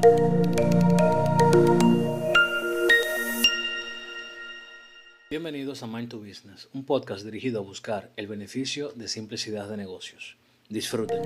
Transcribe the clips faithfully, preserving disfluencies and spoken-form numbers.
Bienvenidos a Mind to Business, un podcast dirigido a buscar el beneficio de simplicidad de negocios. Disfruten.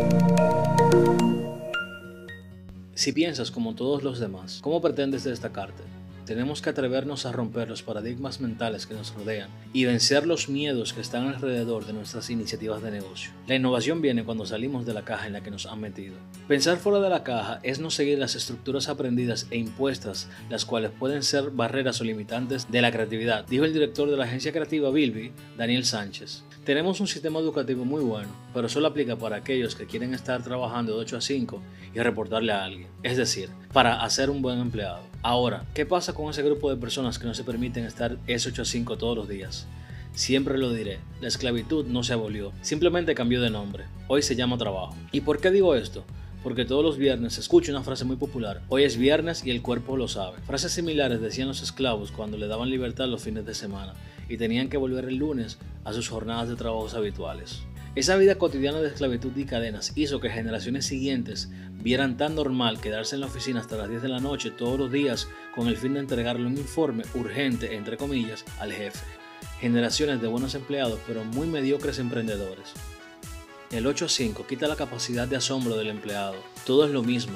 Si piensas como todos los demás, ¿cómo pretendes destacarte? Tenemos que atrevernos a romper los paradigmas mentales que nos rodean y vencer los miedos que están alrededor de nuestras iniciativas de negocio. La innovación viene cuando salimos de la caja en la que nos han metido. Pensar fuera de la caja es no seguir las estructuras aprendidas e impuestas, las cuales pueden ser barreras o limitantes de la creatividad, dijo el director de la agencia creativa Bilby, Daniel Sánchez. Tenemos un sistema educativo muy bueno, pero solo aplica para aquellos que quieren estar trabajando de ocho a cinco y reportarle a alguien, es decir, para hacer un buen empleado. Ahora, ¿qué pasa con ese grupo de personas que no se permiten estar ese ocho a cinco todos los días? Siempre lo diré, la esclavitud no se abolió, simplemente cambió de nombre. Hoy se llama trabajo. ¿Y por qué digo esto? Porque todos los viernes escucho una frase muy popular: hoy es viernes y el cuerpo lo sabe. Frases similares decían los esclavos cuando le daban libertad los fines de semana y tenían que volver el lunes a sus jornadas de trabajos habituales. Esa vida cotidiana de esclavitud y cadenas hizo que generaciones siguientes vieran tan normal quedarse en la oficina hasta las diez de la noche todos los días con el fin de entregarle un informe urgente, entre comillas, al jefe. Generaciones de buenos empleados pero muy mediocres emprendedores. El ocho a cinco quita la capacidad de asombro del empleado. Todo es lo mismo.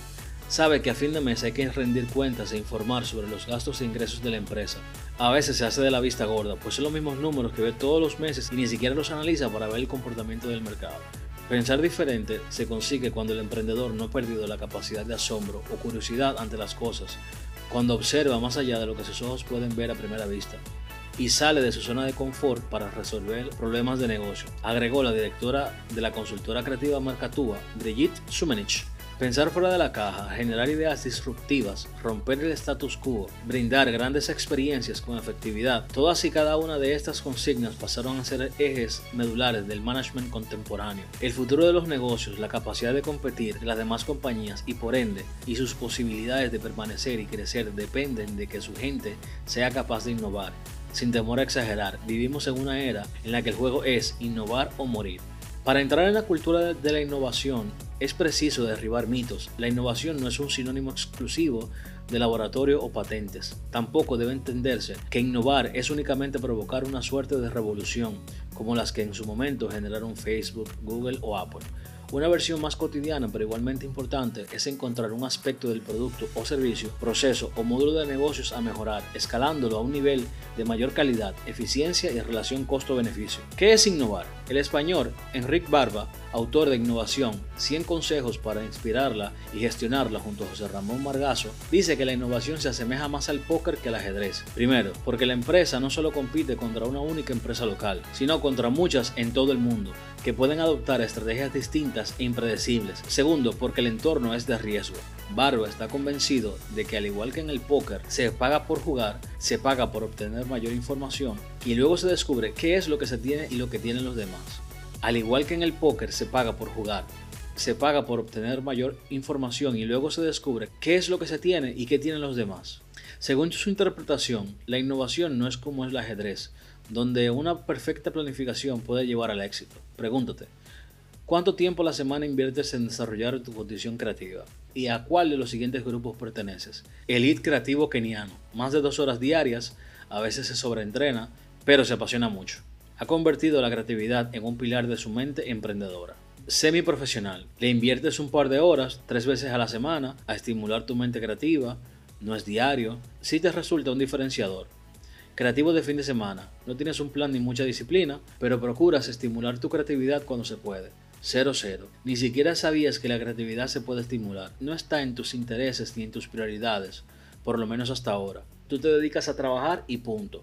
Sabe que a fin de mes hay que rendir cuentas e informar sobre los gastos e ingresos de la empresa. A veces se hace de la vista gorda, pues son los mismos números que ve todos los meses y ni siquiera los analiza para ver el comportamiento del mercado. Pensar diferente se consigue cuando el emprendedor no ha perdido la capacidad de asombro o curiosidad ante las cosas, cuando observa más allá de lo que sus ojos pueden ver a primera vista y sale de su zona de confort para resolver problemas de negocio, agregó la directora de la consultora creativa Mercatúa, Brigitte Sumenich. Pensar fuera de la caja, generar ideas disruptivas, romper el status quo, brindar grandes experiencias con efectividad, todas y cada una de estas consignas pasaron a ser ejes medulares del management contemporáneo. El futuro de los negocios, la capacidad de competir de las demás compañías y por ende, y sus posibilidades de permanecer y crecer dependen de que su gente sea capaz de innovar. Sin temor a exagerar, vivimos en una era en la que el juego es innovar o morir. Para entrar en la cultura de la innovación es preciso derribar mitos. La innovación no es un sinónimo exclusivo de laboratorio o patentes. Tampoco debe entenderse que innovar es únicamente provocar una suerte de revolución, como las que en su momento generaron Facebook, Google o Apple. Una versión más cotidiana pero igualmente importante es encontrar un aspecto del producto o servicio, proceso o módulo de negocios a mejorar, escalándolo a un nivel de mayor calidad, eficiencia y relación costo-beneficio. ¿Qué es innovar? El español Enric Barba, autor de Innovación, cien consejos para inspirarla y gestionarla junto a José Ramón Margazo, dice que la innovación se asemeja más al póker que al ajedrez. Primero, porque la empresa no solo compite contra una única empresa local, sino contra muchas en todo el mundo, que pueden adoptar estrategias distintas e impredecibles. Segundo, porque el entorno es de riesgo. Barba está convencido de que al igual que en el póker se paga por jugar, se paga por obtener mayor información y luego se descubre qué es lo que se tiene y lo que tienen los demás. Al igual que en el póker se paga por jugar, se paga por obtener mayor información y luego se descubre qué es lo que se tiene y qué tienen los demás. Según su interpretación, la innovación no es como el ajedrez, donde una perfecta planificación puede llevar al éxito. Pregúntate, ¿cuánto tiempo a la semana inviertes en desarrollar tu condición creativa? ¿Y a cuál de los siguientes grupos perteneces? Elite creativo keniano, más de dos horas diarias, a veces se sobreentrena, pero se apasiona mucho. Ha convertido la creatividad en un pilar de su mente emprendedora. Semiprofesional, le inviertes un par de horas, tres veces a la semana, a estimular tu mente creativa, no es diario, sí te resulta un diferenciador. Creativo de fin de semana, no tienes un plan ni mucha disciplina, pero procuras estimular tu creatividad cuando se puede. Cero cero. Ni siquiera sabías que la creatividad se puede estimular. No está en tus intereses ni en tus prioridades, por lo menos hasta ahora. Tú te dedicas a trabajar y punto.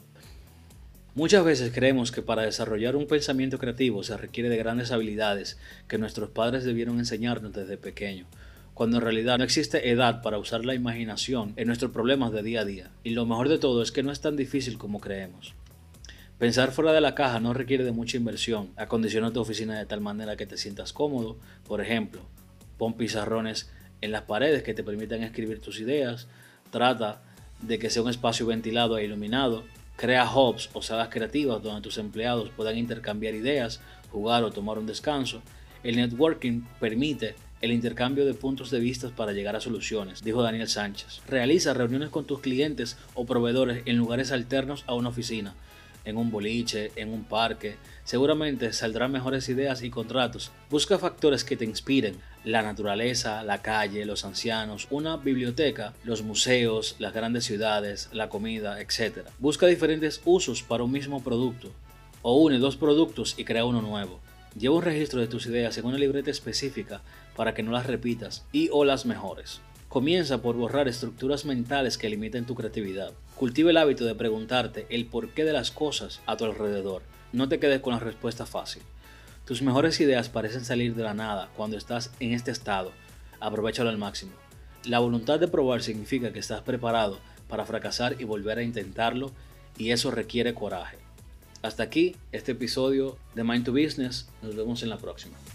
Muchas veces creemos que para desarrollar un pensamiento creativo se requiere de grandes habilidades que nuestros padres debieron enseñarnos desde pequeño, cuando en realidad no existe edad para usar la imaginación en nuestros problemas de día a día. Y lo mejor de todo es que no es tan difícil como creemos. Pensar fuera de la caja no requiere de mucha inversión. Acondiciona tu oficina de tal manera que te sientas cómodo. Por ejemplo, pon pizarrones en las paredes que te permitan escribir tus ideas. Trata de que sea un espacio ventilado e iluminado. Crea hubs o salas creativas donde tus empleados puedan intercambiar ideas, jugar o tomar un descanso. El networking permite el intercambio de puntos de vista para llegar a soluciones, dijo Daniel Sánchez. Realiza reuniones con tus clientes o proveedores en lugares alternos a una oficina, en un boliche, en un parque. Seguramente saldrán mejores ideas y contratos. Busca factores que te inspiren: la naturaleza, la calle, los ancianos, una biblioteca, los museos, las grandes ciudades, la comida, etcétera. Busca diferentes usos para un mismo producto, o une dos productos y crea uno nuevo. Lleva un registro de tus ideas en una libreta específica para que no las repitas y o las mejores. Comienza por borrar estructuras mentales que limiten tu creatividad. Cultiva el hábito de preguntarte el porqué de las cosas a tu alrededor. No te quedes con la respuesta fácil. Tus mejores ideas parecen salir de la nada cuando estás en este estado. Aprovéchalo al máximo. La voluntad de probar significa que estás preparado para fracasar y volver a intentarlo, y eso requiere coraje. Hasta aquí este episodio de Mind to Business. Nos vemos en la próxima.